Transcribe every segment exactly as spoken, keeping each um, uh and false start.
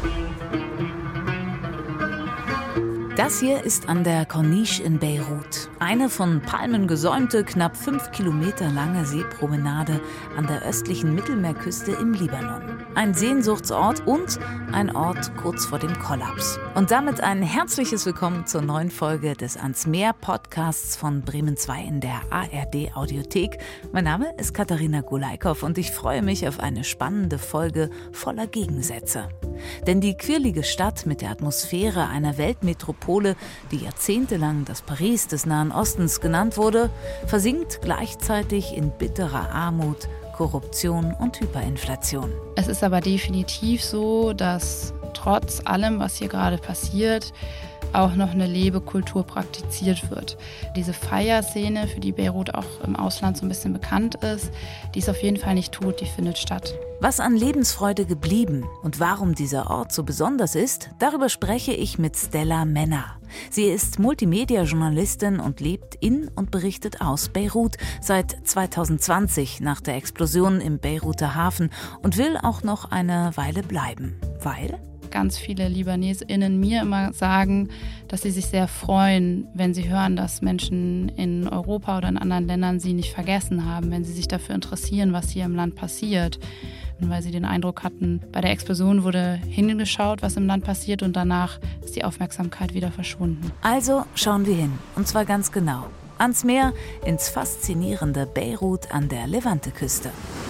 Das hier ist an der Corniche in Beirut. Eine von Palmen gesäumte, knapp fünf Kilometer lange Seepromenade an der östlichen Mittelmeerküste im Libanon. Ein Sehnsuchtsort und ein Ort kurz vor dem Kollaps. Und damit ein herzliches Willkommen zur neuen Folge des Ans Meer Podcasts von Bremen zwei in der A R D Audiothek. Mein Name ist Katharina Gulaikow und ich freue mich auf eine spannende Folge voller Gegensätze. Denn die quirlige Stadt mit der Atmosphäre einer Weltmetropole, die jahrzehntelang das Paris des Nahen Ostens genannt wurde, versinkt gleichzeitig in bitterer Armut, Korruption und Hyperinflation. Es ist aber definitiv so, dass trotz allem, was hier gerade passiert, auch noch eine Lebekultur praktiziert wird. Diese Feierszene, für die Beirut auch im Ausland so ein bisschen bekannt ist, die ist auf jeden Fall nicht tot, die findet statt. Was an Lebensfreude geblieben und warum dieser Ort so besonders ist, darüber spreche ich mit Stella Menner. Sie ist Multimedia-Journalistin und lebt in und berichtet aus Beirut seit zweitausendzwanzig nach der Explosion im Beiruter Hafen und will auch noch eine Weile bleiben. Weil? Ganz viele LibanesInnen mir immer sagen, dass sie sich sehr freuen, wenn sie hören, dass Menschen in Europa oder in anderen Ländern sie nicht vergessen haben, wenn sie sich dafür interessieren, was hier im Land passiert. Und weil sie den Eindruck hatten, bei der Explosion wurde hingeschaut, was im Land passiert, und danach ist die Aufmerksamkeit wieder verschwunden. Also schauen wir hin, und zwar ganz genau. Ans Meer, ins faszinierende Beirut an der Levante-Küste.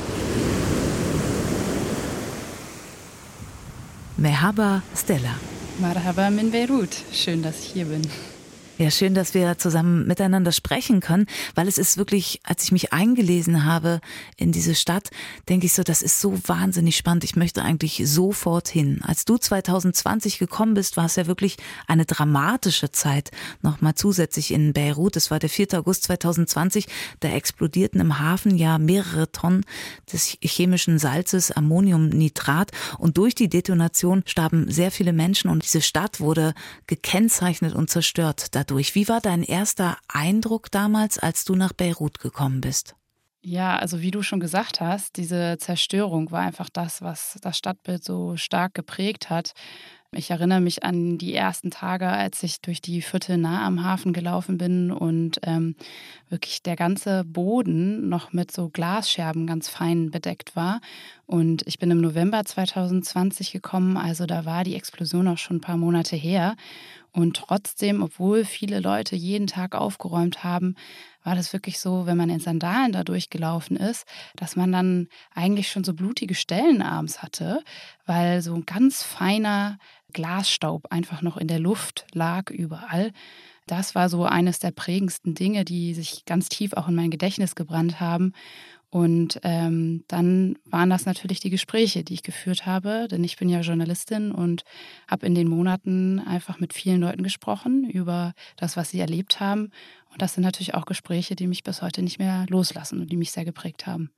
Merhaba, Stella. Marhaba min Beirut. Schön, dass ich hier bin. Ja, schön, dass wir zusammen miteinander sprechen können, weil es ist wirklich, als ich mich eingelesen habe in diese Stadt, denke ich so, das ist so wahnsinnig spannend. Ich möchte eigentlich sofort hin. Als du zweitausendzwanzig gekommen bist, war es ja wirklich eine dramatische Zeit. Nochmal zusätzlich in Beirut. Es war der vierte August zweitausendzwanzig. Da explodierten im Hafen ja mehrere Tonnen des chemischen Salzes, Ammoniumnitrat. Und durch die Detonation starben sehr viele Menschen und diese Stadt wurde gekennzeichnet und zerstört. Durch. Wie war dein erster Eindruck damals, als du nach Beirut gekommen bist? Ja, also wie du schon gesagt hast, diese Zerstörung war einfach das, was das Stadtbild so stark geprägt hat. Ich erinnere mich an die ersten Tage, als ich durch die Viertel nah am Hafen gelaufen bin und ähm, wirklich der ganze Boden noch mit so Glasscherben ganz fein bedeckt war. Und ich bin im November zweitausendzwanzig gekommen, also da war die Explosion auch schon ein paar Monate her. Und trotzdem, obwohl viele Leute jeden Tag aufgeräumt haben, war das wirklich so, wenn man in Sandalen da durchgelaufen ist, dass man dann eigentlich schon so blutige Stellen abends hatte, weil so ein ganz feiner Glasstaub einfach noch in der Luft lag überall. Das war so eines der prägendsten Dinge, die sich ganz tief auch in mein Gedächtnis gebrannt haben. Und ähm, dann waren das natürlich die Gespräche, die ich geführt habe, denn ich bin ja Journalistin und habe in den Monaten einfach mit vielen Leuten gesprochen über das, was sie erlebt haben. Und das sind natürlich auch Gespräche, die mich bis heute nicht mehr loslassen und die mich sehr geprägt haben.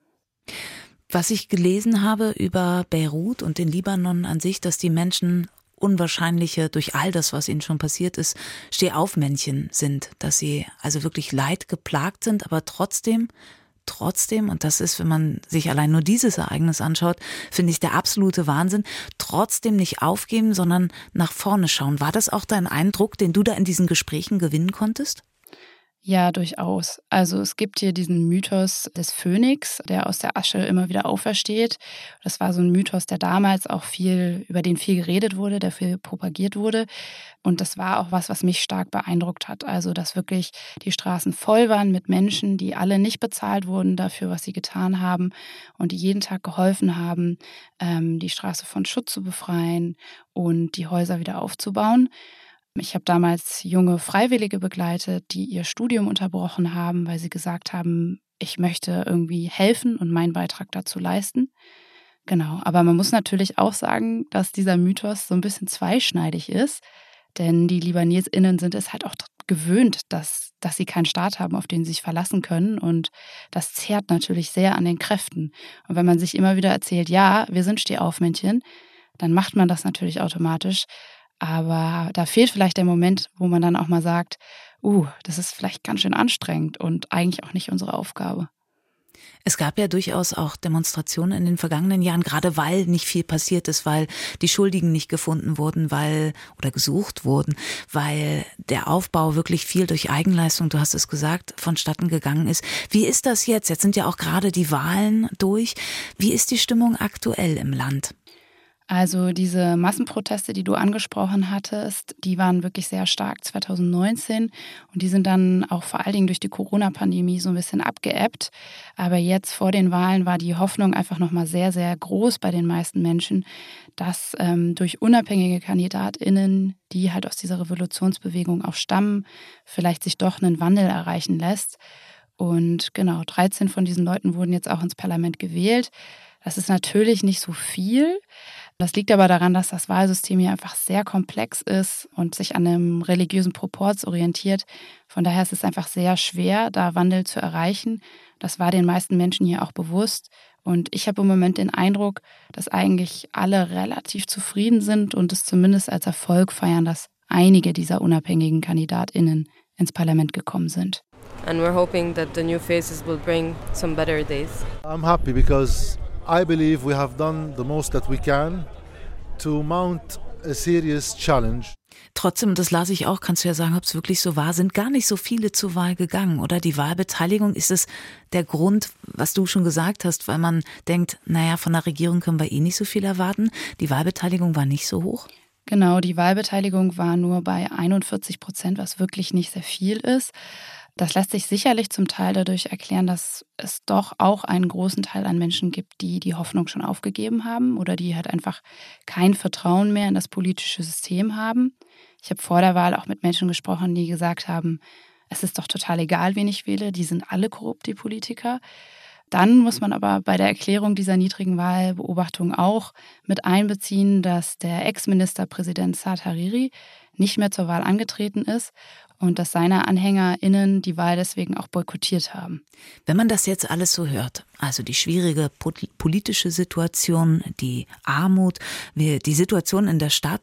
Was ich gelesen habe über Beirut und den Libanon an sich, dass die Menschen unwahrscheinliche, durch all das, was ihnen schon passiert ist, Stehaufmännchen sind, dass sie also wirklich leidgeplagt sind, aber trotzdem Trotzdem, und das ist, wenn man sich allein nur dieses Ereignis anschaut, finde ich der absolute Wahnsinn, trotzdem nicht aufgeben, sondern nach vorne schauen. War das auch dein Eindruck, den du da in diesen Gesprächen gewinnen konntest? Ja, durchaus. Also es gibt hier diesen Mythos des Phönix, der aus der Asche immer wieder aufersteht. Das war so ein Mythos, der damals auch viel, über den viel geredet wurde, der viel propagiert wurde. Und das war auch was, was mich stark beeindruckt hat. Also dass wirklich die Straßen voll waren mit Menschen, die alle nicht bezahlt wurden dafür, was sie getan haben und die jeden Tag geholfen haben, die Straße von Schutt zu befreien und die Häuser wieder aufzubauen. Ich habe damals junge Freiwillige begleitet, die ihr Studium unterbrochen haben, weil sie gesagt haben, ich möchte irgendwie helfen und meinen Beitrag dazu leisten. Genau, aber man muss natürlich auch sagen, dass dieser Mythos so ein bisschen zweischneidig ist, denn die LibanesInnen sind es halt auch gewöhnt, dass, dass sie keinen Staat haben, auf den sie sich verlassen können, und das zehrt natürlich sehr an den Kräften. Und wenn man sich immer wieder erzählt, ja, wir sind Stehaufmännchen, dann macht man das natürlich automatisch. Aber da fehlt vielleicht der Moment, wo man dann auch mal sagt, uh, das ist vielleicht ganz schön anstrengend und eigentlich auch nicht unsere Aufgabe. Es gab ja durchaus auch Demonstrationen in den vergangenen Jahren, gerade weil nicht viel passiert ist, weil die Schuldigen nicht gefunden wurden, weil oder gesucht wurden, weil der Aufbau wirklich viel durch Eigenleistung, du hast es gesagt, vonstatten gegangen ist. Wie ist das jetzt? Jetzt sind ja auch gerade die Wahlen durch. Wie ist die Stimmung aktuell im Land? Also diese Massenproteste, die du angesprochen hattest, die waren wirklich sehr stark zwanzig neunzehn und die sind dann auch vor allen Dingen durch die Corona-Pandemie so ein bisschen abgeebbt. Aber jetzt vor den Wahlen war die Hoffnung einfach nochmal sehr, sehr groß bei den meisten Menschen, dass ähm, durch unabhängige KandidatInnen, die halt aus dieser Revolutionsbewegung auch stammen, vielleicht sich doch einen Wandel erreichen lässt. Und genau, dreizehn von diesen Leuten wurden jetzt auch ins Parlament gewählt. Das ist natürlich nicht so viel. Das liegt aber daran, dass das Wahlsystem hier einfach sehr komplex ist und sich an einem religiösen Proporz orientiert. Von daher ist es einfach sehr schwer, da Wandel zu erreichen. Das war den meisten Menschen hier auch bewusst. Und ich habe im Moment den Eindruck, dass eigentlich alle relativ zufrieden sind und es zumindest als Erfolg feiern, dass einige dieser unabhängigen KandidatInnen ins Parlament gekommen sind. And we're hoping that the new faces will bring some better days. I'm happy because I believe we have done the most that we can to mount a serious challenge. Trotzdem, das las ich auch, kannst du ja sagen, ob es wirklich so war, sind gar nicht so viele zur Wahl gegangen, oder? Die Wahlbeteiligung, ist es der Grund, was du schon gesagt hast, weil man denkt, naja, von der Regierung können wir eh nicht so viel erwarten. Die Wahlbeteiligung war nicht so hoch? Genau, die Wahlbeteiligung war nur bei einundvierzig Prozent, was wirklich nicht sehr viel ist. Das lässt sich sicherlich zum Teil dadurch erklären, dass es doch auch einen großen Teil an Menschen gibt, die die Hoffnung schon aufgegeben haben oder die halt einfach kein Vertrauen mehr in das politische System haben. Ich habe vor der Wahl auch mit Menschen gesprochen, die gesagt haben, es ist doch total egal, wen ich wähle, die sind alle korrupt, die Politiker. Dann muss man aber bei der Erklärung dieser niedrigen Wahlbeobachtung auch mit einbeziehen, dass der Ex-Ministerpräsident Saad Hariri nicht mehr zur Wahl angetreten ist und dass seine AnhängerInnen die Wahl deswegen auch boykottiert haben. Wenn man das jetzt alles so hört, also die schwierige politische Situation, die Armut, die Situation in der Stadt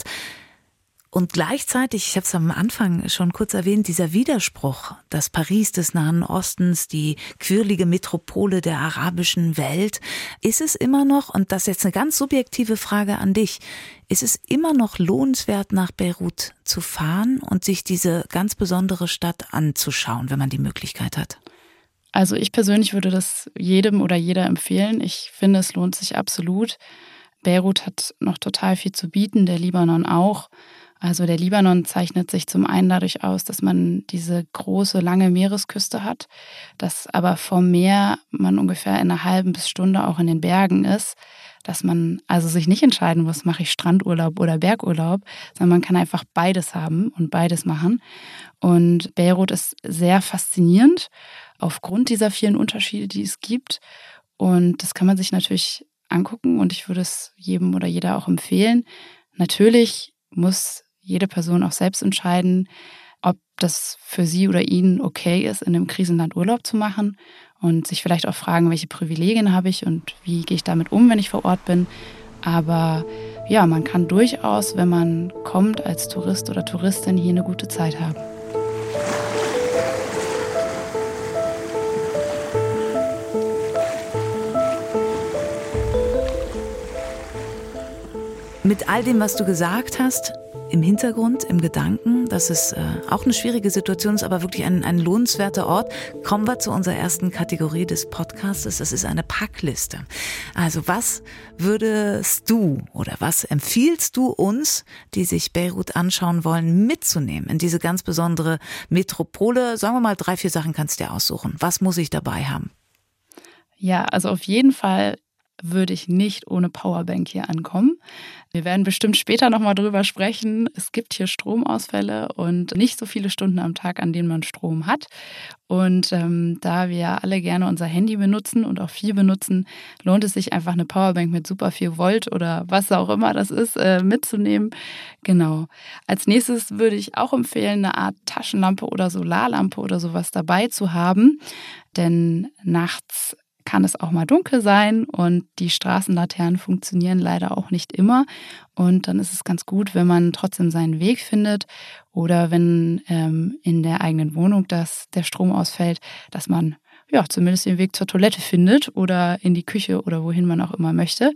und gleichzeitig, ich habe es am Anfang schon kurz erwähnt, dieser Widerspruch, das Paris des Nahen Ostens, die quirlige Metropole der arabischen Welt, ist es immer noch, und das ist jetzt eine ganz subjektive Frage an dich, ist es immer noch lohnenswert, nach Beirut zu fahren und sich diese ganz besondere Stadt anzuschauen, wenn man die Möglichkeit hat? Also ich persönlich würde das jedem oder jeder empfehlen. Ich finde, es lohnt sich absolut. Beirut hat noch total viel zu bieten, der Libanon auch. Also der Libanon zeichnet sich zum einen dadurch aus, dass man diese große, lange Meeresküste hat, dass aber vom Meer man ungefähr in einer halben bis Stunde auch in den Bergen ist, dass man also sich nicht entscheiden muss, mache ich Strandurlaub oder Bergurlaub, sondern man kann einfach beides haben und beides machen. Und Beirut ist sehr faszinierend aufgrund dieser vielen Unterschiede, die es gibt. Und das kann man sich natürlich angucken und ich würde es jedem oder jeder auch empfehlen. Natürlich muss jede Person auch selbst entscheiden, ob das für sie oder ihn okay ist, in einem Krisenland Urlaub zu machen und sich vielleicht auch fragen, welche Privilegien habe ich und wie gehe ich damit um, wenn ich vor Ort bin. Aber ja, man kann durchaus, wenn man kommt als Tourist oder Touristin, hier eine gute Zeit haben. Mit all dem, was du gesagt hast, im Hintergrund, im Gedanken, dass es äh, auch eine schwierige Situation ist, aber wirklich ein, ein lohnenswerter Ort, kommen wir zu unserer ersten Kategorie des Podcasts. Das ist eine Packliste. Also was würdest du oder was empfiehlst du uns, die sich Beirut anschauen wollen, mitzunehmen in diese ganz besondere Metropole? Sagen wir mal, drei, vier Sachen kannst du dir aussuchen. Was muss ich dabei haben? Ja, also auf jeden Fall würde ich nicht ohne Powerbank hier ankommen. Wir werden bestimmt später nochmal drüber sprechen. Es gibt hier Stromausfälle und nicht so viele Stunden am Tag, an denen man Strom hat. Und ähm, da wir alle gerne unser Handy benutzen und auch viel benutzen, lohnt es sich einfach eine Powerbank mit super viel Volt oder was auch immer das ist, äh, mitzunehmen. Genau. Als nächstes würde ich auch empfehlen, eine Art Taschenlampe oder Solarlampe oder sowas dabei zu haben. Denn nachts kann es auch mal dunkel sein und die Straßenlaternen funktionieren leider auch nicht immer. Und dann ist es ganz gut, wenn man trotzdem seinen Weg findet oder wenn ähm, in der eigenen Wohnung das, der Strom ausfällt, dass man ja, zumindest den Weg zur Toilette findet oder in die Küche oder wohin man auch immer möchte.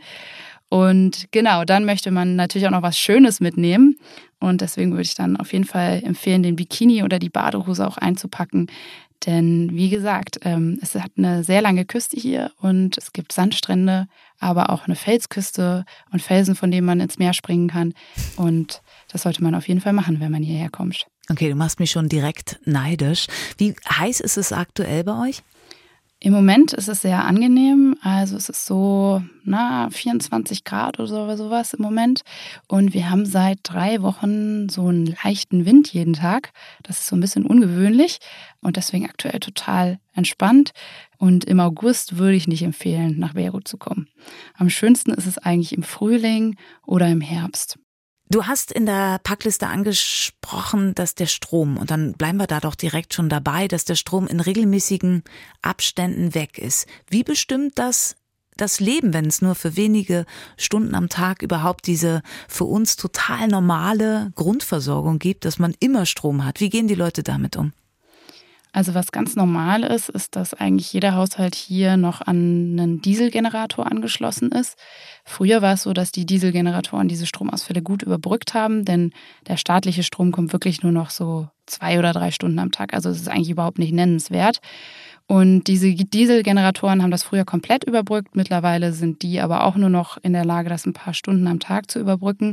Und genau, dann möchte man natürlich auch noch was Schönes mitnehmen. Und deswegen würde ich dann auf jeden Fall empfehlen, den Bikini oder die Badehose auch einzupacken. Denn wie gesagt, es hat eine sehr lange Küste hier und es gibt Sandstrände, aber auch eine Felsküste und Felsen, von denen man ins Meer springen kann. Und das sollte man auf jeden Fall machen, wenn man hierher kommt. Okay, du machst mich schon direkt neidisch. Wie heiß ist es aktuell bei euch? Im Moment ist es sehr angenehm, also es ist so na, vierundzwanzig Grad oder sowas im Moment und wir haben seit drei Wochen so einen leichten Wind jeden Tag. Das ist so ein bisschen ungewöhnlich und deswegen aktuell total entspannt und im August würde ich nicht empfehlen, nach Beirut zu kommen. Am schönsten ist es eigentlich im Frühling oder im Herbst. Du hast in der Packliste angesprochen, dass der Strom, und dann bleiben wir da doch direkt schon dabei, dass der Strom in regelmäßigen Abständen weg ist. Wie bestimmt das das Leben, wenn es nur für wenige Stunden am Tag überhaupt diese für uns total normale Grundversorgung gibt, dass man immer Strom hat? Wie gehen die Leute damit um? Also was ganz normal ist, ist, dass eigentlich jeder Haushalt hier noch an einen Dieselgenerator angeschlossen ist. Früher war es so, dass die Dieselgeneratoren diese Stromausfälle gut überbrückt haben, denn der staatliche Strom kommt wirklich nur noch so zwei oder drei Stunden am Tag. Also es ist eigentlich überhaupt nicht nennenswert. Und diese Dieselgeneratoren haben das früher komplett überbrückt. Mittlerweile sind die aber auch nur noch in der Lage, das ein paar Stunden am Tag zu überbrücken.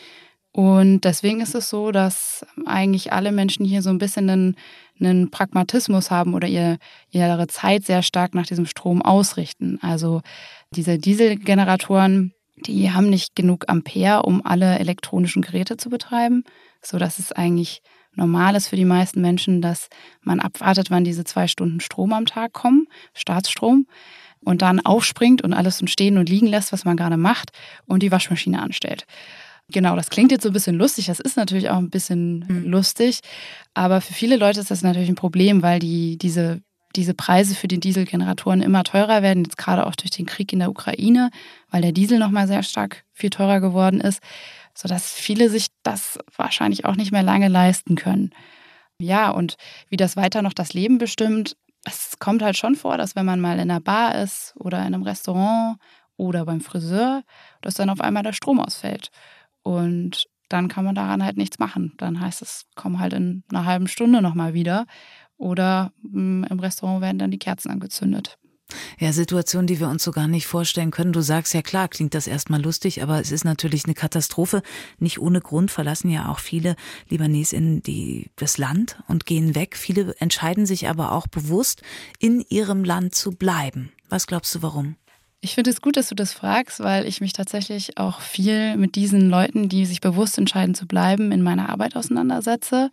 Und deswegen ist es so, dass eigentlich alle Menschen hier so ein bisschen einen, einen Pragmatismus haben oder ihr, ihre Zeit sehr stark nach diesem Strom ausrichten. Also diese Dieselgeneratoren, die haben nicht genug Ampere, um alle elektronischen Geräte zu betreiben, sodass es eigentlich normal ist für die meisten Menschen, dass man abwartet, wann diese zwei Stunden Strom am Tag kommen, Staatsstrom, und dann aufspringt und alles so stehen und liegen lässt, was man gerade macht, und die Waschmaschine anstellt. Genau, das klingt jetzt so ein bisschen lustig, das ist natürlich auch ein bisschen mhm. lustig, aber für viele Leute ist das natürlich ein Problem, weil die diese, diese Preise für die Dieselgeneratoren immer teurer werden, jetzt gerade auch durch den Krieg in der Ukraine, weil der Diesel nochmal sehr stark viel teurer geworden ist, sodass viele sich das wahrscheinlich auch nicht mehr lange leisten können. Ja, und wie das weiter noch das Leben bestimmt, es kommt halt schon vor, dass wenn man mal in einer Bar ist oder in einem Restaurant oder beim Friseur, dass dann auf einmal der Strom ausfällt. Und dann kann man daran halt nichts machen. Dann heißt es, komm halt in einer halben Stunde nochmal wieder. Oder mh, im Restaurant werden dann die Kerzen angezündet. Ja, Situationen, die wir uns so gar nicht vorstellen können. Du sagst ja klar, klingt das erstmal lustig, aber es ist natürlich eine Katastrophe. Nicht ohne Grund verlassen ja auch viele LibanesInnen die, das Land und gehen weg. Viele entscheiden sich aber auch bewusst, in ihrem Land zu bleiben. Was glaubst du, warum? Ich finde es gut, dass du das fragst, weil ich mich tatsächlich auch viel mit diesen Leuten, die sich bewusst entscheiden zu bleiben, in meiner Arbeit auseinandersetze.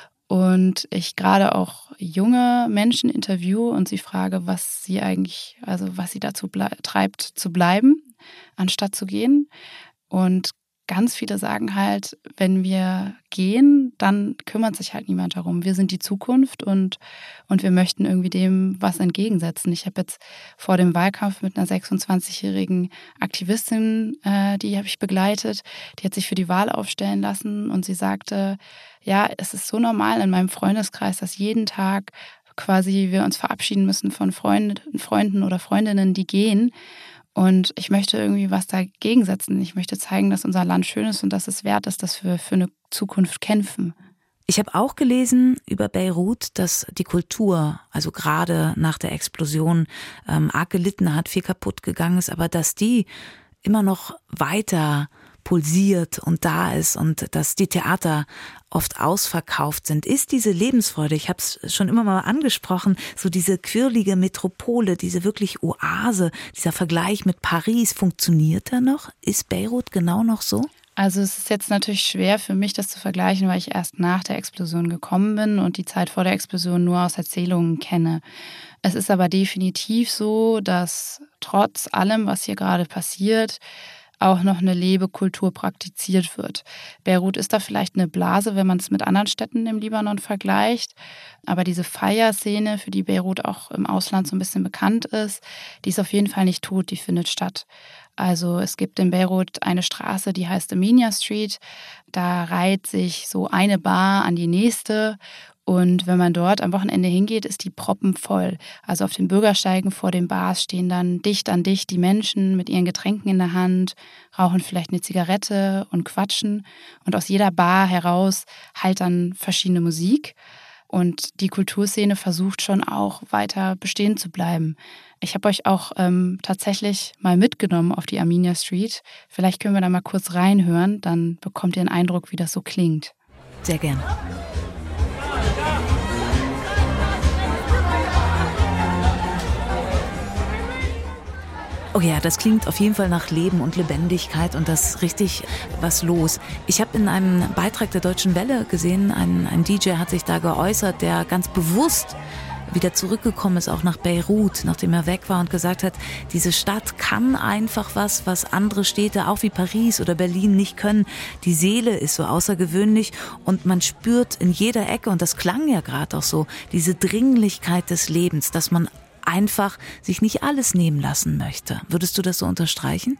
Und ich gerade auch junge Menschen interviewe und sie frage, was sie eigentlich, also was sie dazu ble- treibt, zu bleiben, anstatt zu gehen. Und ganz viele sagen halt, wenn wir gehen, dann kümmert sich halt niemand darum. Wir sind die Zukunft und, und wir möchten irgendwie dem was entgegensetzen. Ich habe jetzt vor dem Wahlkampf mit einer sechsundzwanzigjährigen Aktivistin, äh, die habe ich begleitet, die hat sich für die Wahl aufstellen lassen und sie sagte, ja, es ist so normal in meinem Freundeskreis, dass jeden Tag quasi wir uns verabschieden müssen von Freund, Freunden oder Freundinnen, die gehen. Und ich möchte irgendwie was dagegen setzen. Ich möchte zeigen, dass unser Land schön ist und dass es wert ist, dass wir für eine Zukunft kämpfen. Ich habe auch gelesen über Beirut, dass die Kultur, also gerade nach der Explosion, ähm, arg gelitten hat, viel kaputt gegangen ist, aber dass die immer noch weiter pulsiert und da ist und dass die Theater oft ausverkauft sind. Ist diese Lebensfreude, ich habe es schon immer mal angesprochen, so diese quirlige Metropole, diese wirklich Oase, dieser Vergleich mit Paris, funktioniert da noch? Ist Beirut genau noch so? Also es ist jetzt natürlich schwer für mich, das zu vergleichen, weil ich erst nach der Explosion gekommen bin und die Zeit vor der Explosion nur aus Erzählungen kenne. Es ist aber definitiv so, dass trotz allem, was hier gerade passiert, auch noch eine Lebekultur praktiziert wird. Beirut ist da vielleicht eine Blase, wenn man es mit anderen Städten im Libanon vergleicht. Aber diese Feierszene, für die Beirut auch im Ausland so ein bisschen bekannt ist, die ist auf jeden Fall nicht tot, die findet statt. Also es gibt in Beirut eine Straße, die heißt Amenia Street. Da reiht sich so eine Bar an die nächste Und wenn man dort am Wochenende hingeht, ist die proppenvoll. Also auf den Bürgersteigen vor den Bars stehen dann dicht an dicht die Menschen mit ihren Getränken in der Hand, rauchen vielleicht eine Zigarette und quatschen. Und aus jeder Bar heraus hallt dann verschiedene Musik. Und die Kulturszene versucht schon auch weiter bestehen zu bleiben. Ich habe euch auch ähm, tatsächlich mal mitgenommen auf die Armenia Street. Vielleicht können wir da mal kurz reinhören, dann bekommt ihr einen Eindruck, wie das so klingt. Sehr gerne. Oh ja, das klingt auf jeden Fall nach Leben und Lebendigkeit und das richtig was los. Ich habe in einem Beitrag der Deutschen Welle gesehen, ein, ein D J hat sich da geäußert, der ganz bewusst wieder zurückgekommen ist, auch nach Beirut, nachdem er weg war und gesagt hat, diese Stadt kann einfach was, was andere Städte, auch wie Paris oder Berlin, nicht können. Die Seele ist so außergewöhnlich und man spürt in jeder Ecke, und das klang ja gerade auch so, diese Dringlichkeit des Lebens, dass man einfach sich nicht alles nehmen lassen möchte. Würdest du das so unterstreichen?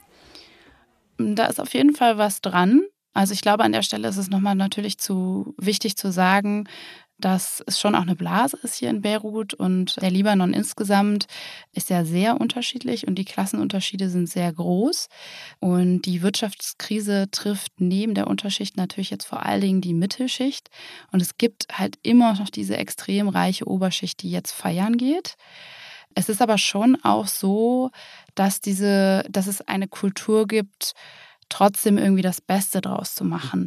Da ist auf jeden Fall was dran. Also ich glaube, an der Stelle ist es nochmal natürlich zu wichtig zu sagen, dass es schon auch eine Blase ist hier in Beirut und der Libanon insgesamt ist ja sehr unterschiedlich und die Klassenunterschiede sind sehr groß. Und die Wirtschaftskrise trifft neben der Unterschicht natürlich jetzt vor allen Dingen die Mittelschicht. Und es gibt halt immer noch diese extrem reiche Oberschicht, die jetzt feiern geht. Es ist aber schon auch so, dass diese, dass es eine Kultur gibt, trotzdem irgendwie das Beste draus zu machen.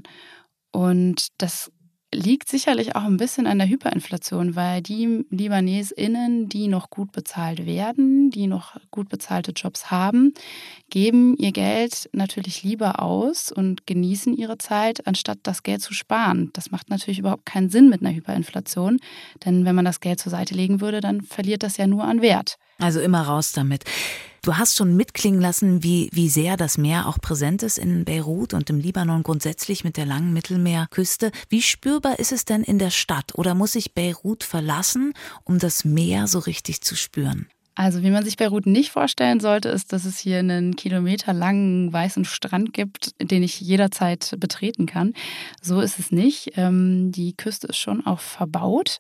Und das liegt sicherlich auch ein bisschen an der Hyperinflation, weil die LibanesInnen, die noch gut bezahlt werden, die noch gut bezahlte Jobs haben, geben ihr Geld natürlich lieber aus und genießen ihre Zeit, anstatt das Geld zu sparen. Das macht natürlich überhaupt keinen Sinn mit einer Hyperinflation, denn wenn man das Geld zur Seite legen würde, dann verliert das ja nur an Wert. Also immer raus damit. Du hast schon mitklingen lassen, wie, wie sehr das Meer auch präsent ist in Beirut und im Libanon grundsätzlich mit der langen Mittelmeerküste. Wie spürbar ist es denn in der Stadt oder muss ich Beirut verlassen, um das Meer so richtig zu spüren? Also wie man sich Beirut nicht vorstellen sollte, ist, dass es hier einen kilometerlangen weißen Strand gibt, den ich jederzeit betreten kann. So ist es nicht. Die Küste ist schon auch verbaut.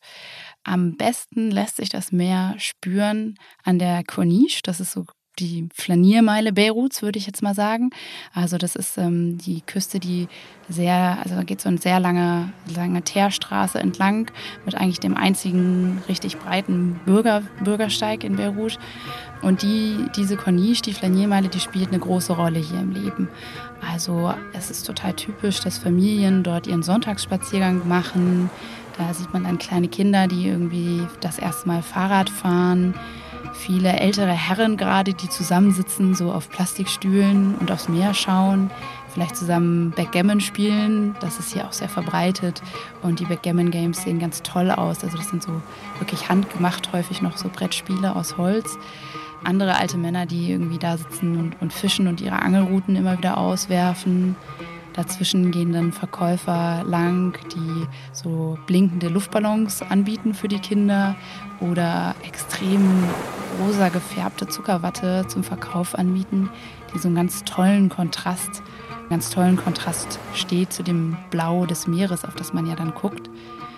Am besten lässt sich das Meer spüren an der Corniche. Das ist so die Flaniermeile Beiruts, würde ich jetzt mal sagen. Also das ist ähm, die Küste, die sehr, also da geht so eine sehr lange, lange Teerstraße entlang mit eigentlich dem einzigen richtig breiten Bürger, Bürgersteig in Beirut. Und die, diese Corniche, die Flaniermeile, die spielt eine große Rolle hier im Leben. Also es ist total typisch, dass Familien dort ihren Sonntagsspaziergang machen. Da sieht man dann kleine Kinder, die irgendwie das erste Mal Fahrrad fahren. Viele ältere Herren gerade, die zusammensitzen, so auf Plastikstühlen und aufs Meer schauen, vielleicht zusammen Backgammon spielen, das ist hier auch sehr verbreitet und die Backgammon-Games sehen ganz toll aus, also das sind so wirklich handgemacht, häufig noch so Brettspiele aus Holz. Andere alte Männer, die irgendwie da sitzen und, und fischen und ihre Angelruten immer wieder auswerfen. Dazwischen gehen dann Verkäufer lang, die so blinkende Luftballons anbieten für die Kinder oder extrem rosa gefärbte Zuckerwatte zum Verkauf anbieten, die so einen ganz tollen Kontrast, einen ganz tollen Kontrast steht zu dem Blau des Meeres, auf das man ja dann guckt.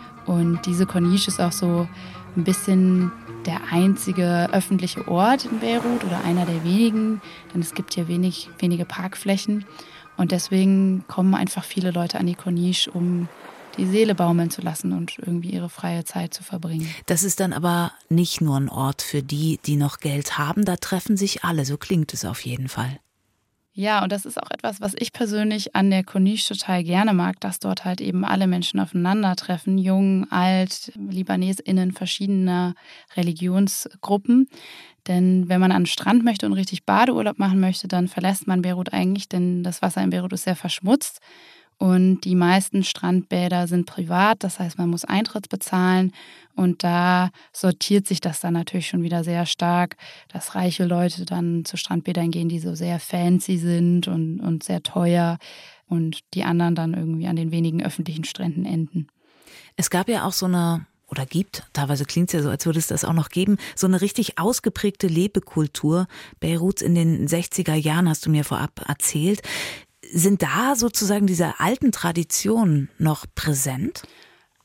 Und diese Corniche ist auch so ein bisschen der einzige öffentliche Ort in Beirut oder einer der wenigen, denn es gibt hier wenig, wenige Parkflächen. Und deswegen kommen einfach viele Leute an die Corniche, um die Seele baumeln zu lassen und irgendwie ihre freie Zeit zu verbringen. Das ist dann aber nicht nur ein Ort für die, die noch Geld haben. Da treffen sich alle, so klingt es auf jeden Fall. Ja, und das ist auch etwas, was ich persönlich an der Corniche total gerne mag, dass dort halt eben alle Menschen aufeinandertreffen, jung, alt, LibanesInnen verschiedener Religionsgruppen. Denn wenn man an den Strand möchte und richtig Badeurlaub machen möchte, dann verlässt man Beirut eigentlich, denn das Wasser in Beirut ist sehr verschmutzt. Und die meisten Strandbäder sind privat, das heißt, man muss Eintritt bezahlen. Und da sortiert sich das dann natürlich schon wieder sehr stark, dass reiche Leute dann zu Strandbädern gehen, die so sehr fancy sind und, und sehr teuer. Und die anderen dann irgendwie an den wenigen öffentlichen Stränden enden. Es gab ja auch so eine... oder gibt, teilweise klingt es ja so, als würde es das auch noch geben, so eine richtig ausgeprägte Lebekultur Beiruts in den sechziger Jahren, hast du mir vorab erzählt. Sind da sozusagen diese alten Traditionen noch präsent?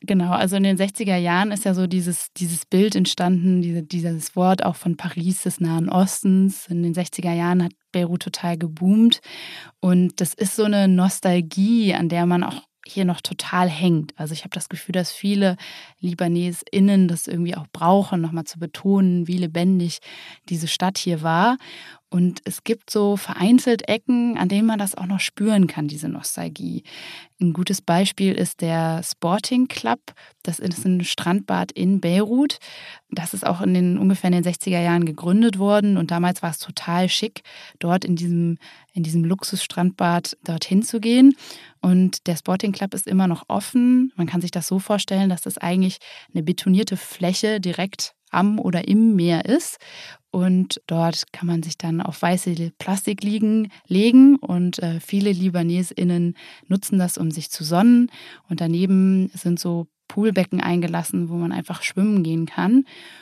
Genau, also in den sechziger Jahren ist ja so dieses, dieses Bild entstanden, diese, dieses Wort auch von Paris des Nahen Ostens. In den sechziger Jahren hat Beirut total geboomt und das ist so eine Nostalgie, an der man auch hier noch total hängt. Also ich habe das Gefühl, dass viele LibanesInnen das irgendwie auch brauchen, nochmal zu betonen, wie lebendig diese Stadt hier war. Und es gibt so vereinzelt Ecken, an denen man das auch noch spüren kann, diese Nostalgie. Ein gutes Beispiel ist der Sporting Club. Das ist ein Strandbad in Beirut. Das ist auch in den ungefähr in den sechziger Jahren gegründet worden. Und damals war es total schick, dort in diesem, in diesem Luxusstrandbad dorthin zu gehen. Und der Sporting Club ist immer noch offen. Man kann sich das so vorstellen, dass das eigentlich eine betonierte Fläche direkt am oder im Meer ist. Und dort kann man sich dann auf weiße Plastikliegen legen und äh, viele LibanesInnen nutzen das, um sich zu sonnen. Und daneben sind so Poolbecken eingelassen, wo man einfach schwimmen gehen kann.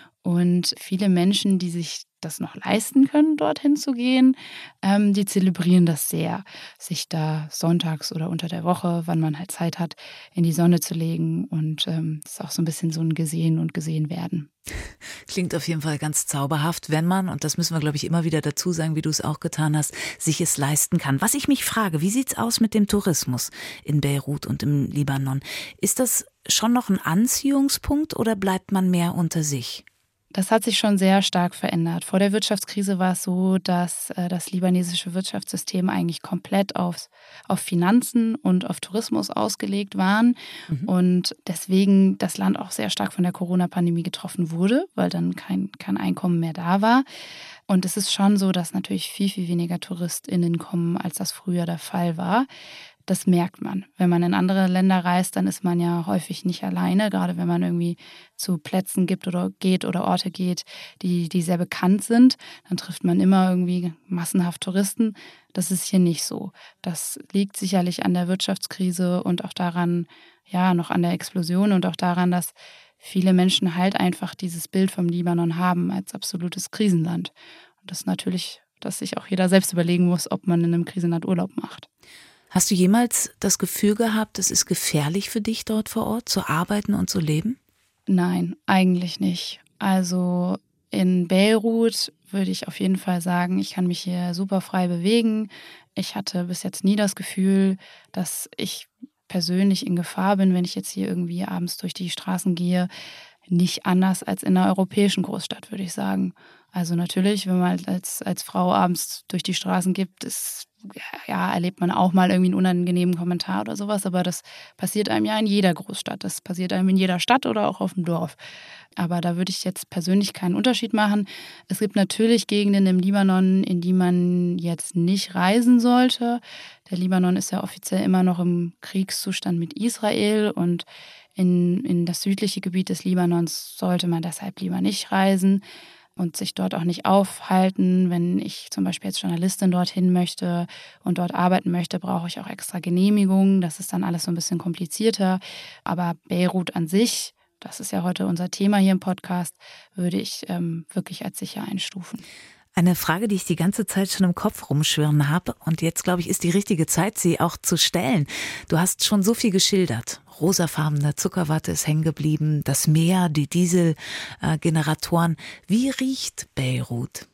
Und viele Menschen, die sich das noch leisten können, dorthin zu gehen, ähm, die zelebrieren das sehr, sich da sonntags oder unter der Woche, wann man halt Zeit hat, in die Sonne zu legen. Und ähm, das ist auch so ein bisschen so ein Gesehen und Gesehen werden. Klingt auf jeden Fall ganz zauberhaft, wenn man, und das müssen wir, glaube ich, immer wieder dazu sagen, wie du es auch getan hast, sich es leisten kann. Was ich mich frage, wie sieht's aus mit dem Tourismus in Beirut und im Libanon? Ist das schon noch ein Anziehungspunkt oder bleibt man mehr unter sich? Das hat sich schon sehr stark verändert. Vor der Wirtschaftskrise war es so, dass äh, das libanesische Wirtschaftssystem eigentlich komplett aufs, auf Finanzen und auf Tourismus ausgelegt waren mhm. und deswegen das Land auch sehr stark von der Corona-Pandemie getroffen wurde, weil dann kein, kein Einkommen mehr da war. Und es ist schon so, dass natürlich viel, viel weniger TouristInnen kommen, als das früher der Fall war. Das merkt man. Wenn man in andere Länder reist, dann ist man ja häufig nicht alleine, gerade wenn man irgendwie zu Plätzen gibt oder geht oder Orte geht, die, die sehr bekannt sind. Dann trifft man immer irgendwie massenhaft Touristen. Das ist hier nicht so. Das liegt sicherlich an der Wirtschaftskrise und auch daran, ja, noch an der Explosion und auch daran, dass viele Menschen halt einfach dieses Bild vom Libanon haben als absolutes Krisenland. Und das ist natürlich, dass sich auch jeder selbst überlegen muss, ob man in einem Krisenland Urlaub macht. Hast du jemals das Gefühl gehabt, es ist gefährlich für dich dort vor Ort zu arbeiten und zu leben? Nein, eigentlich nicht. Also in Beirut würde ich auf jeden Fall sagen, ich kann mich hier super frei bewegen. Ich hatte bis jetzt nie das Gefühl, dass ich persönlich in Gefahr bin, wenn ich jetzt hier irgendwie abends durch die Straßen gehe. Nicht anders als in einer europäischen Großstadt, würde ich sagen. Also natürlich, wenn man als, als Frau abends durch die Straßen geht, ist, ja, erlebt man auch mal irgendwie einen unangenehmen Kommentar oder sowas, aber das passiert einem ja in jeder Großstadt. Das passiert einem in jeder Stadt oder auch auf dem Dorf. Aber da würde ich jetzt persönlich keinen Unterschied machen. Es gibt natürlich Gegenden im Libanon, in die man jetzt nicht reisen sollte. Der Libanon ist ja offiziell immer noch im Kriegszustand mit Israel und in, in das südliche Gebiet des Libanons sollte man deshalb lieber nicht reisen und sich dort auch nicht aufhalten. Wenn ich zum Beispiel als Journalistin dorthin möchte und dort arbeiten möchte, brauche ich auch extra Genehmigungen. Das ist dann alles so ein bisschen komplizierter. Aber Beirut an sich, das ist ja heute unser Thema hier im Podcast, würde ich ähm, wirklich als sicher einstufen. Eine Frage, die ich die ganze Zeit schon im Kopf rumschwirren habe und jetzt, glaube ich, ist die richtige Zeit, sie auch zu stellen. Du hast schon so viel geschildert. Rosafarbene Zuckerwatte ist hängen geblieben, das Meer, die Dieselgeneratoren. Wie riecht Beirut?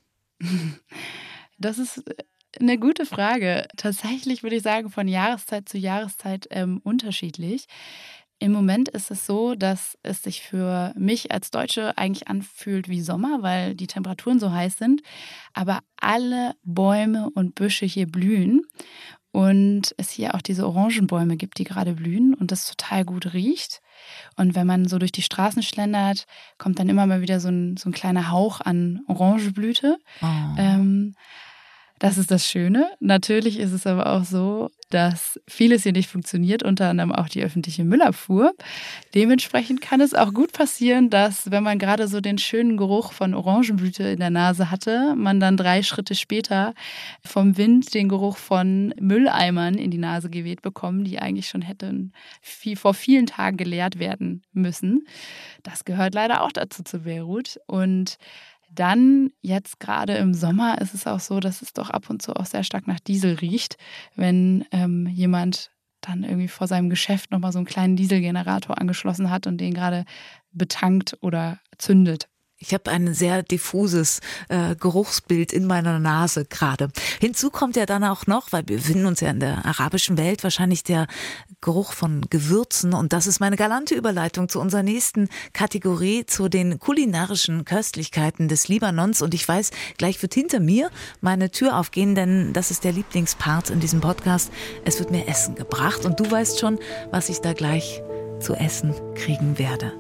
Das ist eine gute Frage. Tatsächlich würde ich sagen, von Jahreszeit zu Jahreszeit ähm, unterschiedlich. Im Moment ist es so, dass es sich für mich als Deutsche eigentlich anfühlt wie Sommer, weil die Temperaturen so heiß sind. Aber alle Bäume und Büsche hier blühen und es hier auch diese Orangenbäume gibt, die gerade blühen und das total gut riecht. Und wenn man so durch die Straßen schlendert, kommt dann immer mal wieder so ein, so ein kleiner Hauch an Orangenblüte. Oh. Ähm, Das ist das Schöne. Natürlich ist es aber auch so, dass vieles hier nicht funktioniert, unter anderem auch die öffentliche Müllabfuhr. Dementsprechend kann es auch gut passieren, dass, wenn man gerade so den schönen Geruch von Orangenblüte in der Nase hatte, man dann drei Schritte später vom Wind den Geruch von Mülleimern in die Nase geweht bekommen, die eigentlich schon hätten viel, vor vielen Tagen geleert werden müssen. Das gehört leider auch dazu zu Beirut. Und dann, jetzt gerade im Sommer, ist es auch so, dass es doch ab und zu auch sehr stark nach Diesel riecht, wenn ähm, jemand dann irgendwie vor seinem Geschäft nochmal so einen kleinen Dieselgenerator angeschlossen hat und den gerade betankt oder zündet. Ich habe ein sehr diffuses äh, Geruchsbild in meiner Nase gerade. Hinzu kommt ja dann auch noch, weil wir befinden uns ja in der arabischen Welt, wahrscheinlich der Geruch von Gewürzen. Und das ist meine galante Überleitung zu unserer nächsten Kategorie, zu den kulinarischen Köstlichkeiten des Libanons. Und ich weiß, gleich wird hinter mir meine Tür aufgehen, denn das ist der Lieblingspart in diesem Podcast. Es wird mir Essen gebracht und du weißt schon, was ich da gleich zu essen kriegen werde.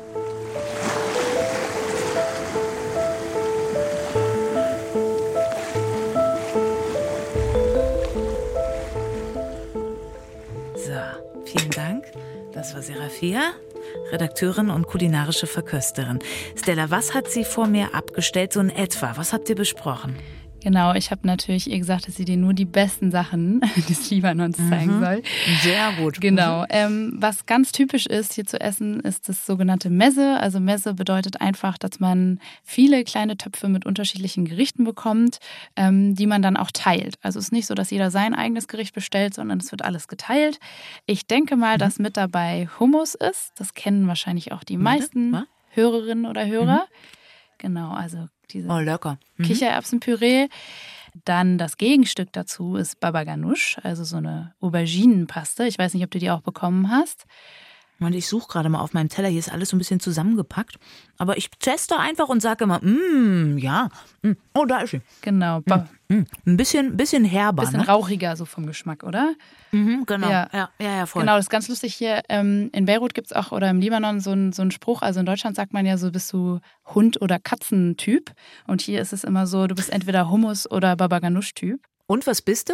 Vielen Dank. Das war Serafia, Redakteurin und kulinarische Verkösterin. Stella, was hat sie vor mir abgestellt, so in etwa? Was habt ihr besprochen? Genau, ich habe natürlich ihr gesagt, dass sie dir nur die besten Sachen des Libanons zeigen mhm. soll. Sehr gut. Genau. Mhm. Ähm, was ganz typisch ist hier zu essen, ist das sogenannte Meze. Also Meze bedeutet einfach, dass man viele kleine Töpfe mit unterschiedlichen Gerichten bekommt, ähm, die man dann auch teilt. Also es ist nicht so, dass jeder sein eigenes Gericht bestellt, sondern es wird alles geteilt. Ich denke mal, mhm. dass mit dabei Hummus ist. Das kennen wahrscheinlich auch die meisten mhm. Hörerinnen oder Hörer. Mhm. Genau, also diese oh, lecker. Mhm. Kichererbsenpüree. Dann das Gegenstück dazu ist Baba Ganoush, also so eine Auberginenpaste. Ich weiß nicht, ob du die auch bekommen hast. Und ich suche gerade mal auf meinem Teller, hier ist alles so ein bisschen zusammengepackt. Aber ich teste einfach und sage immer, mmm, ja, mm, oh, da ist sie. Genau. Mm, mm, ein bisschen, bisschen herber. Ein bisschen ne? rauchiger so vom Geschmack, oder? Mhm, genau, ja. Ja, ja, ja, voll. Genau, das ist ganz lustig hier. Ähm, in Beirut gibt es auch, oder im Libanon, so einen so einen Spruch. Also in Deutschland sagt man ja so, bist du Hund- oder Katzentyp. Und hier ist es immer so, du bist entweder Hummus- oder Baba Ganoush-Typ. Und was bist du?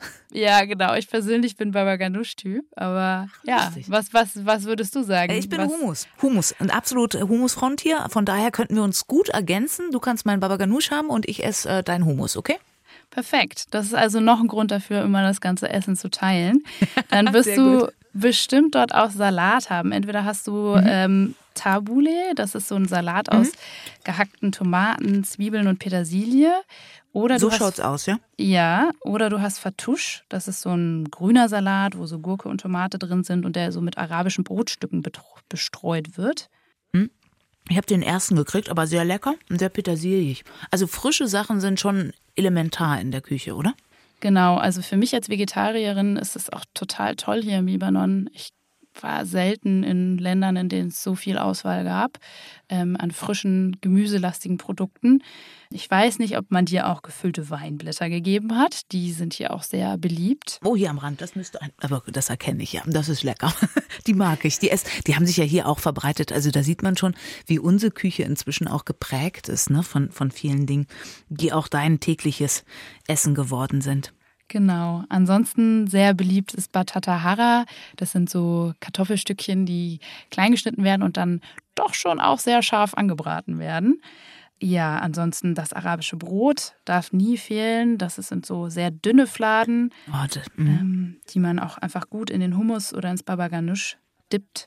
Ja, genau. Ich persönlich bin Baba Ganoush-Typ. Aber ja, was, was, was würdest du sagen? Ich bin was? Hummus. Hummus. Und absolut Hummusfront hier. Von daher könnten wir uns gut ergänzen. Du kannst meinen Baba Ganoush haben und ich esse äh, deinen Hummus, okay? Perfekt. Das ist also noch ein Grund dafür, immer das ganze Essen zu teilen. Dann wirst du gut. bestimmt dort auch Salat haben. Entweder hast du mhm. ähm, Tabbouleh, das ist so ein Salat mhm. aus gehackten Tomaten, Zwiebeln und Petersilie. Oder so du schaut's hast, aus, ja? Ja, oder du hast Fattoush, das ist so ein grüner Salat, wo so Gurke und Tomate drin sind und der so mit arabischen Brotstücken bestreut wird. Hm. Ich habe den ersten gekriegt, aber sehr lecker und sehr petersiliig. Also frische Sachen sind schon elementar in der Küche, oder? Genau, also für mich als Vegetarierin ist es auch total toll hier im Libanon. Ich war selten in Ländern, in denen es so viel Auswahl gab, ähm, an frischen, gemüselastigen Produkten. Ich weiß nicht, ob man dir auch gefüllte Weinblätter gegeben hat. Die sind hier auch sehr beliebt. Oh, hier am Rand, das müsste ein, aber das erkenne ich ja. Das ist lecker. Die mag ich. Die, ess, die haben sich ja hier auch verbreitet. Also da sieht man schon, wie unsere Küche inzwischen auch geprägt ist, ne, von, von vielen Dingen, die auch dein tägliches Essen geworden sind. Genau. Ansonsten sehr beliebt ist Batata Hara. Das sind so Kartoffelstückchen, die klein geschnitten werden und dann doch schon auch sehr scharf angebraten werden. Ja, ansonsten das arabische Brot darf nie fehlen. Das sind so sehr dünne Fladen, oh, das, ähm, die man auch einfach gut in den Hummus oder ins Baba Ganoush dippt.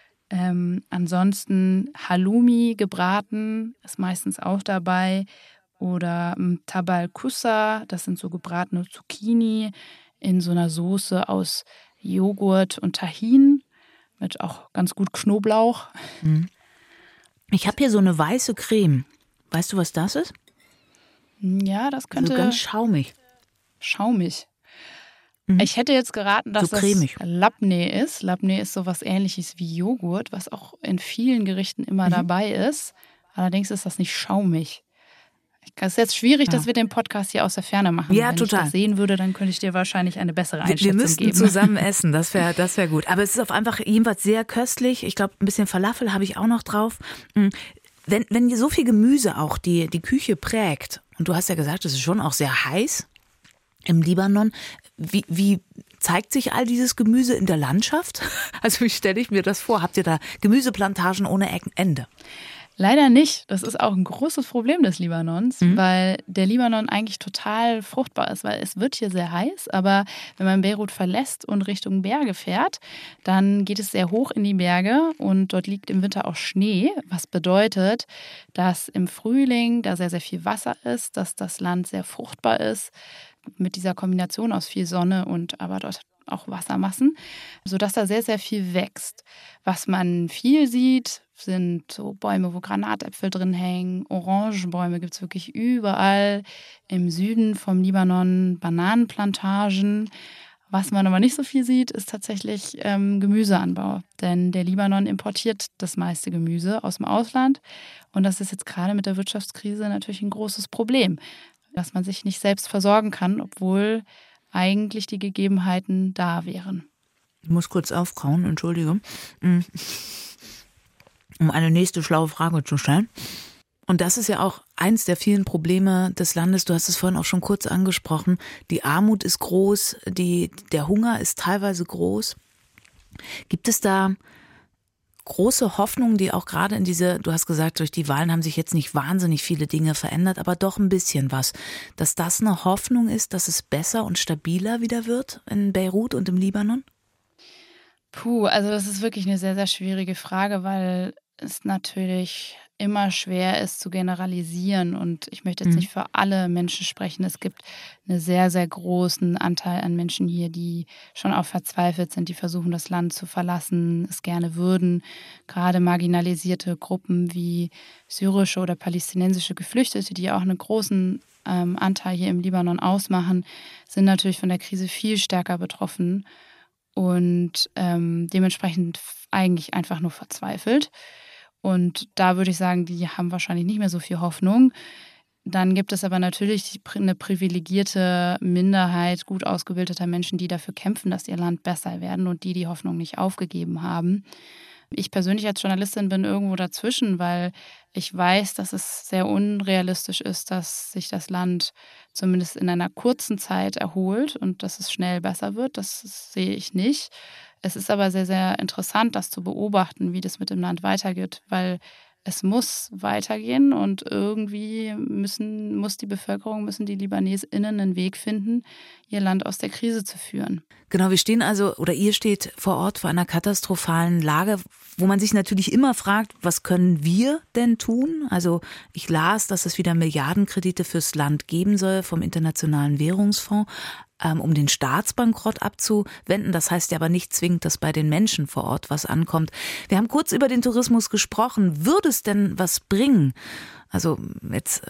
Ähm, ansonsten Halloumi gebraten ist meistens auch dabei. Oder Tabal Kussa, das sind so gebratene Zucchini in so einer Soße aus Joghurt und Tahin mit auch ganz gut Knoblauch. Ich habe hier so eine weiße Creme. Weißt du, was das ist? Ja, das könnte... Also ganz schaumig. Schaumig. Mhm. Ich hätte jetzt geraten, dass so cremig. das Labneh ist. Labneh ist sowas Ähnliches wie Joghurt, was auch in vielen Gerichten immer mhm. dabei ist. Allerdings ist das nicht schaumig. Es ist jetzt schwierig, ja. dass wir den Podcast hier aus der Ferne machen. Ja, Wenn total. ich das sehen würde, dann könnte ich dir wahrscheinlich eine bessere Einschätzung geben. Wir müssten geben. zusammen essen, das wäre das wär gut. Aber es ist auf einfach jedenfalls sehr köstlich. Ich glaube, ein bisschen Falafel habe ich auch noch drauf. Wenn, wenn so viel Gemüse auch die, die Küche prägt, und du hast ja gesagt, es ist schon auch sehr heiß im Libanon, wie, wie zeigt sich all dieses Gemüse in der Landschaft? Also wie stelle ich mir das vor? Habt ihr da Gemüseplantagen ohne Ende? Leider nicht. Das ist auch ein großes Problem des Libanons, mhm. weil der Libanon eigentlich total fruchtbar ist, weil es wird hier sehr heiß, aber wenn man Beirut verlässt und Richtung Berge fährt, dann geht es sehr hoch in die Berge und dort liegt im Winter auch Schnee, was bedeutet, dass im Frühling da sehr, sehr viel Wasser ist, dass das Land sehr fruchtbar ist, mit dieser Kombination aus viel Sonne und aber dort auch Wassermassen, sodass da sehr, sehr viel wächst. Was man viel sieht, sind so Bäume, wo Granatäpfel drin hängen. Orangenbäume gibt es wirklich überall. Im Süden vom Libanon Bananenplantagen. Was man aber nicht so viel sieht, ist tatsächlich ähm, Gemüseanbau. Denn der Libanon importiert das meiste Gemüse aus dem Ausland. Und das ist jetzt gerade mit der Wirtschaftskrise natürlich ein großes Problem, dass man sich nicht selbst versorgen kann, obwohl eigentlich die Gegebenheiten da wären. Ich muss kurz aufkauen, entschuldige, um eine nächste schlaue Frage zu stellen. Und das ist ja auch eins der vielen Probleme des Landes. Du hast es vorhin auch schon kurz angesprochen. Die Armut ist groß, die, der Hunger ist teilweise groß. Gibt es da große Hoffnungen, die auch gerade in diese, du hast gesagt, durch die Wahlen haben sich jetzt nicht wahnsinnig viele Dinge verändert, aber doch ein bisschen was, dass das eine Hoffnung ist, dass es besser und stabiler wieder wird in Beirut und im Libanon? Puh, also das ist wirklich eine sehr, sehr schwierige Frage, weil es natürlich immer schwer ist zu generalisieren und ich möchte jetzt Mhm. nicht für alle Menschen sprechen. Es gibt einen sehr, sehr großen Anteil an Menschen hier, die schon auch verzweifelt sind, die versuchen, das Land zu verlassen, es gerne würden. Gerade marginalisierte Gruppen wie syrische oder palästinensische Geflüchtete, die auch einen großen ähm, Anteil hier im Libanon ausmachen, sind natürlich von der Krise viel stärker betroffen und ähm, dementsprechend eigentlich einfach nur verzweifelt. Und da würde ich sagen, die haben wahrscheinlich nicht mehr so viel Hoffnung. Dann gibt es aber natürlich eine privilegierte Minderheit gut ausgebildeter Menschen, die dafür kämpfen, dass ihr Land besser werden und die die Hoffnung nicht aufgegeben haben. Ich persönlich als Journalistin bin irgendwo dazwischen, weil ich weiß, dass es sehr unrealistisch ist, dass sich das Land zumindest in einer kurzen Zeit erholt und dass es schnell besser wird. Das sehe ich nicht. Es ist aber sehr, sehr interessant, das zu beobachten, wie das mit dem Land weitergeht, weil es muss weitergehen und irgendwie müssen, muss die Bevölkerung, müssen die LibanesInnen einen Weg finden, ihr Land aus der Krise zu führen. Genau, wir stehen also, oder ihr steht vor Ort vor einer katastrophalen Lage, wo man sich natürlich immer fragt, was können wir denn tun? Also ich las, dass es wieder Milliardenkredite fürs Land geben soll vom Internationalen Währungsfonds, ähm, um den Staatsbankrott abzuwenden. Das heißt ja aber nicht zwingend, dass bei den Menschen vor Ort was ankommt. Wir haben kurz über den Tourismus gesprochen. Würde es denn was bringen? Also jetzt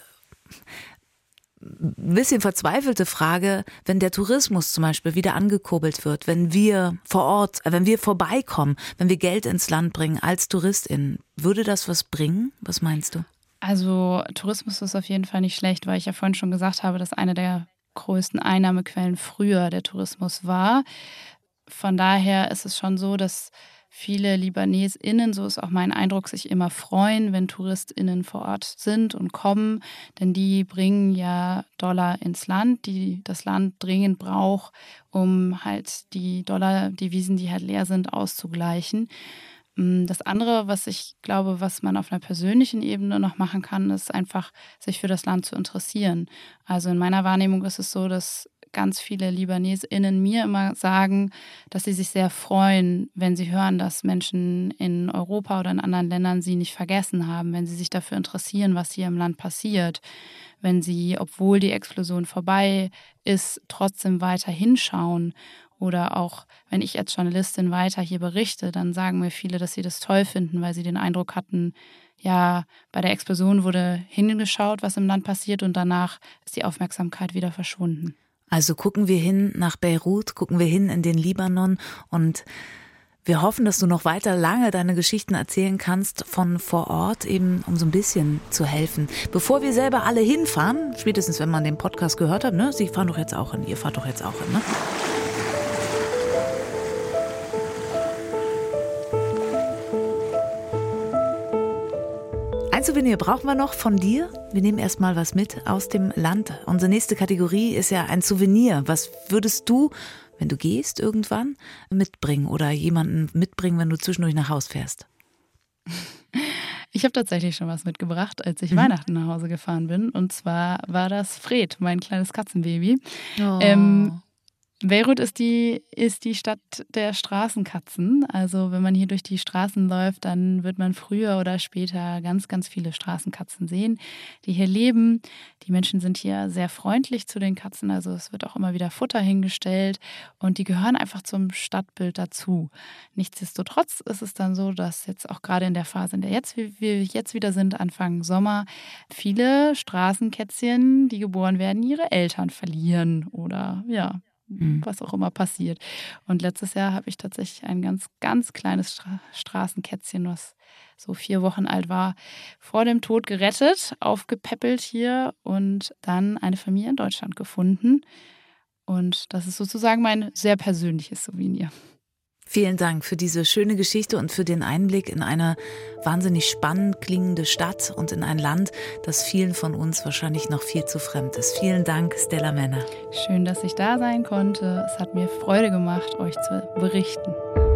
ein bisschen verzweifelte Frage, wenn der Tourismus zum Beispiel wieder angekurbelt wird, wenn wir vor Ort, wenn wir vorbeikommen, wenn wir Geld ins Land bringen als TouristInnen, würde das was bringen? Was meinst du? Also Tourismus ist auf jeden Fall nicht schlecht, weil ich ja vorhin schon gesagt habe, dass eine der größten Einnahmequellen früher der Tourismus war. Von daher ist es schon so, dass viele LibanesInnen, so ist auch mein Eindruck, sich immer freuen, wenn TouristInnen vor Ort sind und kommen, denn die bringen ja Dollar ins Land, die das Land dringend braucht, um halt die Dollar-Devisen, die halt leer sind, auszugleichen. Das andere, was ich glaube, was man auf einer persönlichen Ebene noch machen kann, ist einfach, sich für das Land zu interessieren. Also in meiner Wahrnehmung ist es so, dass ganz viele LibanesInnen mir immer sagen, dass sie sich sehr freuen, wenn sie hören, dass Menschen in Europa oder in anderen Ländern sie nicht vergessen haben, wenn sie sich dafür interessieren, was hier im Land passiert, wenn sie, obwohl die Explosion vorbei ist, trotzdem weiter hinschauen. Oder auch, wenn ich als Journalistin weiter hier berichte, dann sagen mir viele, dass sie das toll finden, weil sie den Eindruck hatten, ja, bei der Explosion wurde hingeschaut, was im Land passiert und danach ist die Aufmerksamkeit wieder verschwunden. Also gucken wir hin nach Beirut, gucken wir hin in den Libanon und wir hoffen, dass du noch weiter lange deine Geschichten erzählen kannst von vor Ort, eben um so ein bisschen zu helfen. Bevor wir selber alle hinfahren, spätestens wenn man den Podcast gehört hat, ne, Sie fahren doch jetzt auch hin, ihr fahrt doch jetzt auch hin, ne? Ein Souvenir brauchen wir noch von dir. Wir nehmen erstmal was mit aus dem Land. Unsere nächste Kategorie ist ja ein Souvenir. Was würdest du, wenn du gehst irgendwann, mitbringen oder jemanden mitbringen, wenn du zwischendurch nach Hause fährst? Ich habe tatsächlich schon was mitgebracht, als ich mhm. Weihnachten nach Hause gefahren bin. Und zwar war das Fred, mein kleines Katzenbaby. Oh. Ähm, Beirut ist die, ist die Stadt der Straßenkatzen. Also wenn man hier durch die Straßen läuft, dann wird man früher oder später ganz, ganz viele Straßenkatzen sehen, die hier leben. Die Menschen sind hier sehr freundlich zu den Katzen. Also es wird auch immer wieder Futter hingestellt und die gehören einfach zum Stadtbild dazu. Nichtsdestotrotz ist es dann so, dass jetzt auch gerade in der Phase, in der jetzt, wir jetzt wieder sind, Anfang Sommer, viele Straßenkätzchen, die geboren werden, ihre Eltern verlieren oder ja, was auch immer passiert. Und letztes Jahr habe ich tatsächlich ein ganz, ganz kleines Stra- Straßenkätzchen, was so vier Wochen alt war, vor dem Tod gerettet, aufgepäppelt hier und dann eine Familie in Deutschland gefunden. Und das ist sozusagen mein sehr persönliches Souvenir. Vielen Dank für diese schöne Geschichte und für den Einblick in eine wahnsinnig spannend klingende Stadt und in ein Land, das vielen von uns wahrscheinlich noch viel zu fremd ist. Vielen Dank, Stella Männer. Schön, dass ich da sein konnte. Es hat mir Freude gemacht, euch zu berichten.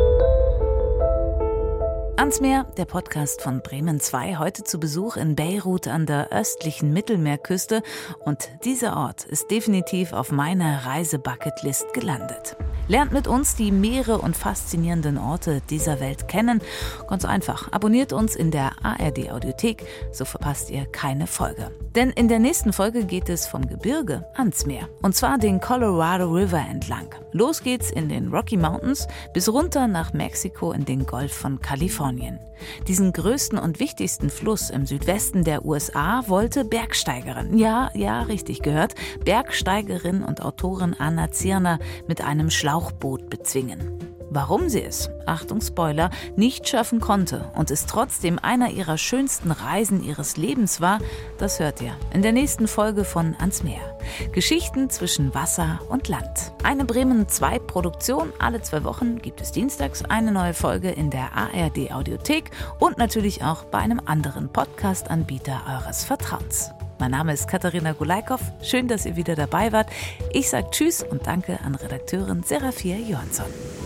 Ans Meer, der Podcast von Bremen zwei, heute zu Besuch in Beirut an der östlichen Mittelmeerküste. Und dieser Ort ist definitiv auf meiner Reisebucketlist gelandet. Lernt mit uns die Meere und faszinierenden Orte dieser Welt kennen. Ganz einfach, abonniert uns in der A R D-Audiothek, so verpasst ihr keine Folge. Denn in der nächsten Folge geht es vom Gebirge ans Meer. Und zwar den Colorado River entlang. Los geht's in den Rocky Mountains bis runter nach Mexiko in den Golf von Kalifornien. Diesen größten und wichtigsten Fluss im Südwesten der U S A wollte Bergsteigerin, ja, ja, richtig gehört, Bergsteigerin und Autorin Anna Zirner mit einem Schlauchboot bezwingen. Warum sie es, Achtung Spoiler, nicht schaffen konnte und es trotzdem einer ihrer schönsten Reisen ihres Lebens war, das hört ihr in der nächsten Folge von Ans Meer. Geschichten zwischen Wasser und Land. Eine Bremen zwei Produktion. Alle zwei Wochen gibt es dienstags eine neue Folge in der A R D-Audiothek und natürlich auch bei einem anderen Podcast-Anbieter eures Vertrauens. Mein Name ist Katharina Gulaikow. Schön, dass ihr wieder dabei wart. Ich sage Tschüss und danke an Redakteurin Serafia Johansson.